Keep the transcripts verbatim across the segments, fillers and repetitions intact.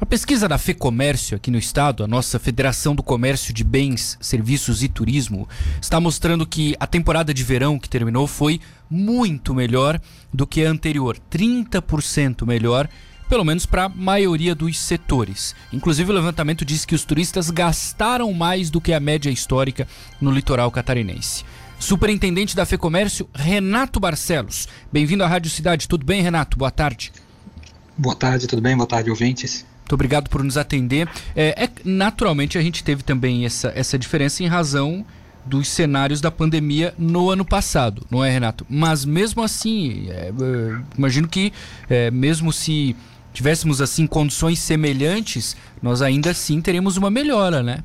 pesquisa da FEComércio aqui no estado, a nossa Federação do Comércio de Bens, Serviços e Turismo, está mostrando que a temporada de verão que terminou foi muito melhor do que a anterior, trinta por cento melhor, pelo menos para a maioria dos setores. Inclusive o levantamento diz que os turistas gastaram mais do que a média histórica no litoral catarinense. Superintendente da FEComércio, Renato Barcelos. Bem-vindo à Rádio Cidade. Tudo bem, Renato? Boa tarde. Boa tarde, tudo bem? Boa tarde, ouvintes. Muito obrigado por nos atender. É, é, naturalmente a gente teve também essa, essa diferença em razão dos cenários da pandemia no ano passado, não é, Renato? Mas mesmo assim, é, é, imagino que é, mesmo se tivéssemos assim condições semelhantes, nós ainda assim teríamos uma melhora, né?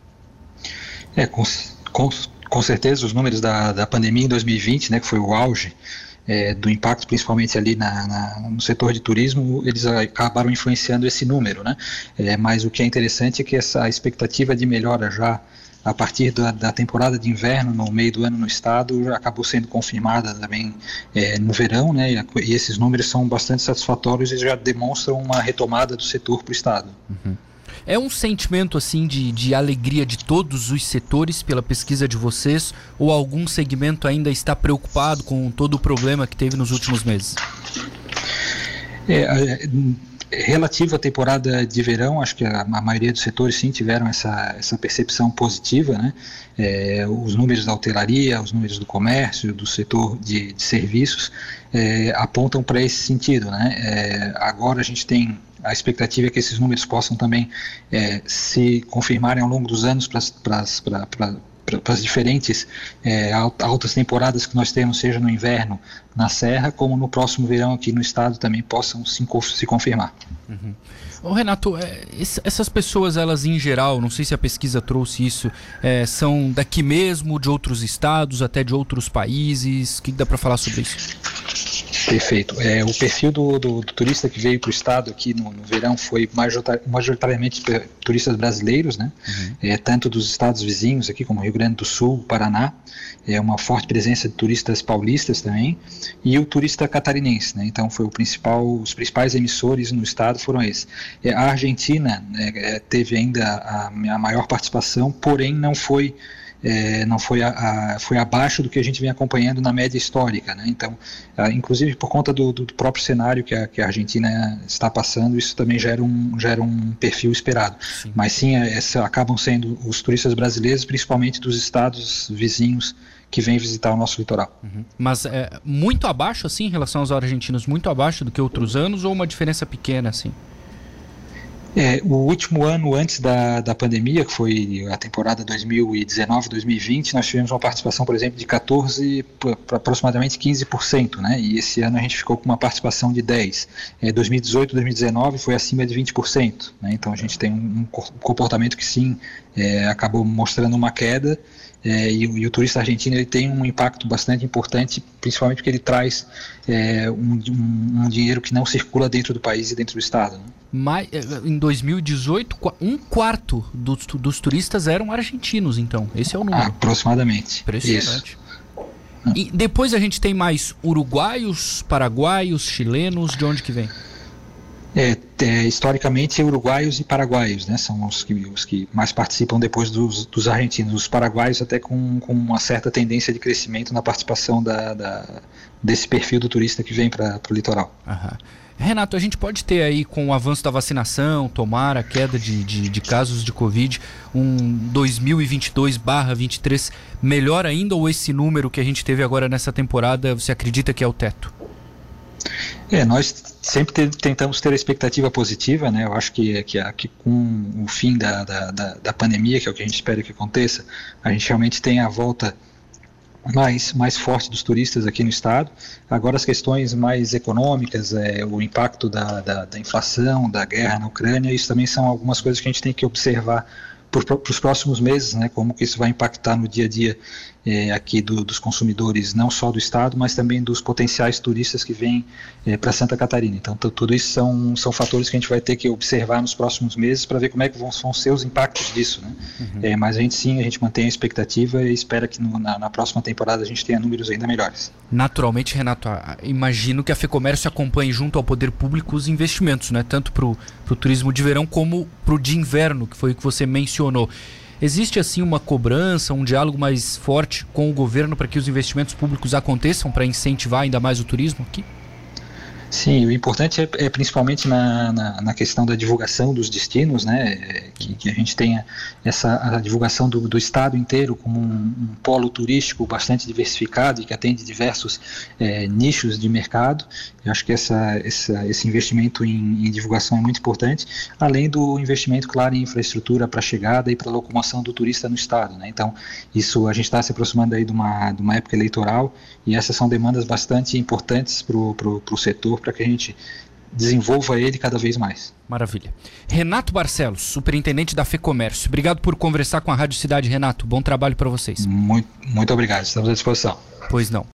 É, com, com, com certeza os números da, da pandemia em dois mil e vinte, né, que foi o auge é, do impacto principalmente ali na, na, no setor de turismo, eles acabaram influenciando esse número, né? É, mas o que é interessante é que essa expectativa de melhora já a partir da, da temporada de inverno, no meio do ano no estado, já acabou sendo confirmada também é, no verão, né? E, e esses números são bastante satisfatórios e já demonstram uma retomada do setor para o estado. Uhum. É um sentimento assim de, de alegria de todos os setores pela pesquisa de vocês, ou algum segmento ainda está preocupado com todo o problema que teve nos últimos meses? É, é, relativo à temporada de verão, acho que a, a maioria dos setores sim tiveram essa, essa percepção positiva, né? É, os números da hotelaria, os números do comércio, do setor de, de serviços é, apontam para esse sentido, né? É, agora a gente tem a expectativa é que esses números possam também é, se confirmarem ao longo dos anos para as diferentes é, altas temporadas que nós temos, seja no inverno na Serra, como no próximo verão aqui no estado também possam se, se confirmar. Uhum. Ô Renato, é, essas pessoas, elas em geral, não sei se a pesquisa trouxe isso, é, são daqui mesmo, de outros estados, até de outros países? O que dá para falar sobre isso? Perfeito. É, o perfil do, do, do turista que veio para o estado aqui no, no verão foi majoritariamente turistas brasileiros, né? Uhum. É, tanto dos estados vizinhos aqui, como Rio Grande do Sul, Paraná, é uma forte presença de turistas paulistas também, e o turista catarinense, né? Então foi o principal, os principais emissores no estado foram esses. É, a Argentina é, teve ainda a, a maior participação, porém não foi É, não foi, a, a, foi abaixo do que a gente vem acompanhando na média histórica, né? Então, a, inclusive por conta do, do próprio cenário que a, que a Argentina está passando, isso também gera um, gera um perfil esperado. Sim. Mas sim, essa, acabam sendo os turistas brasileiros, principalmente dos estados vizinhos que vêm visitar o nosso litoral. Uhum. Mas é, muito abaixo, assim, em relação aos argentinos, muito abaixo do que outros anos, ou uma diferença pequena, assim? É, o último ano antes da, da pandemia, que foi a temporada dois mil e dezenove, dois mil e vinte, nós tivemos uma participação, por exemplo, de quatorze para aproximadamente quinze por cento, né? E esse ano a gente ficou com uma participação de dez por cento. É, dois mil e dezoito, dois mil e dezenove foi acima de vinte por cento, né? Então a gente tem um, um comportamento que sim, é, acabou mostrando uma queda. É, e, e o turista argentino ele tem um impacto bastante importante, principalmente porque ele traz é, um, um, um dinheiro que não circula dentro do país e dentro do estado, né? Mas, em dois mil e dezoito, um quarto dos, dos turistas eram argentinos, então. Esse é o número. Aproximadamente. Impressionante. Isso. E depois a gente tem mais uruguaios, paraguaios, chilenos, de onde que vem? É, é, historicamente, uruguaios e paraguaios, né, são os que, os que mais participam depois dos, dos argentinos. Os paraguaios até com, com uma certa tendência de crescimento na participação da, da, desse perfil do turista que vem para o litoral. Aham. Renato, a gente pode ter aí, com o avanço da vacinação, tomar a queda de, de, de casos de Covid, um dois mil e vinte e dois barra vinte e três melhor ainda, ou esse número que a gente teve agora nessa temporada, você acredita que é o teto? É, nós sempre te, tentamos ter a expectativa positiva, né? Eu acho que, que, que com o fim da, da, da, da pandemia, que é o que a gente espera que aconteça, a gente realmente tem a volta mais, mais forte dos turistas aqui no estado. Agora as questões mais econômicas, é, o impacto da, da, da inflação, da guerra na Ucrânia, isso também são algumas coisas que a gente tem que observar para os próximos meses, né, como que isso vai impactar no dia a dia é, aqui do, dos consumidores, não só do estado, mas também dos potenciais turistas que vêm é, para Santa Catarina. Então, tudo isso são, são fatores que a gente vai ter que observar nos próximos meses para ver como é que vão, vão ser os impactos disso, né? Uhum. É, mas a gente sim, a gente mantém a expectativa e espera que no, na, na próxima temporada a gente tenha números ainda melhores. Naturalmente, Renato, imagino que a FEComércio acompanhe junto ao poder público os investimentos, né? Tanto para o turismo de verão como para o de inverno, que foi o que você mencionou. Existe assim uma cobrança, um diálogo mais forte com o governo para que os investimentos públicos aconteçam, para incentivar ainda mais o turismo aqui? Sim, o importante é, é principalmente na, na, na questão da divulgação dos destinos, né, é, que, que a gente tenha essa a divulgação do, do estado inteiro como um, um polo turístico bastante diversificado e que atende diversos é, nichos de mercado. Eu acho que essa, essa, esse investimento em, em divulgação é muito importante, além do investimento, claro, em infraestrutura para a chegada e para a locomoção do turista no estado, né? Então, isso a gente está se aproximando aí de uma, de uma época eleitoral e essas são demandas bastante importantes para o setor, para que a gente desenvolva ele cada vez mais. Maravilha. Renato Barcelos, superintendente da FEComércio. Obrigado por conversar com a Rádio Cidade, Renato. Bom trabalho para vocês. Muito, muito obrigado. Estamos à disposição. Pois não.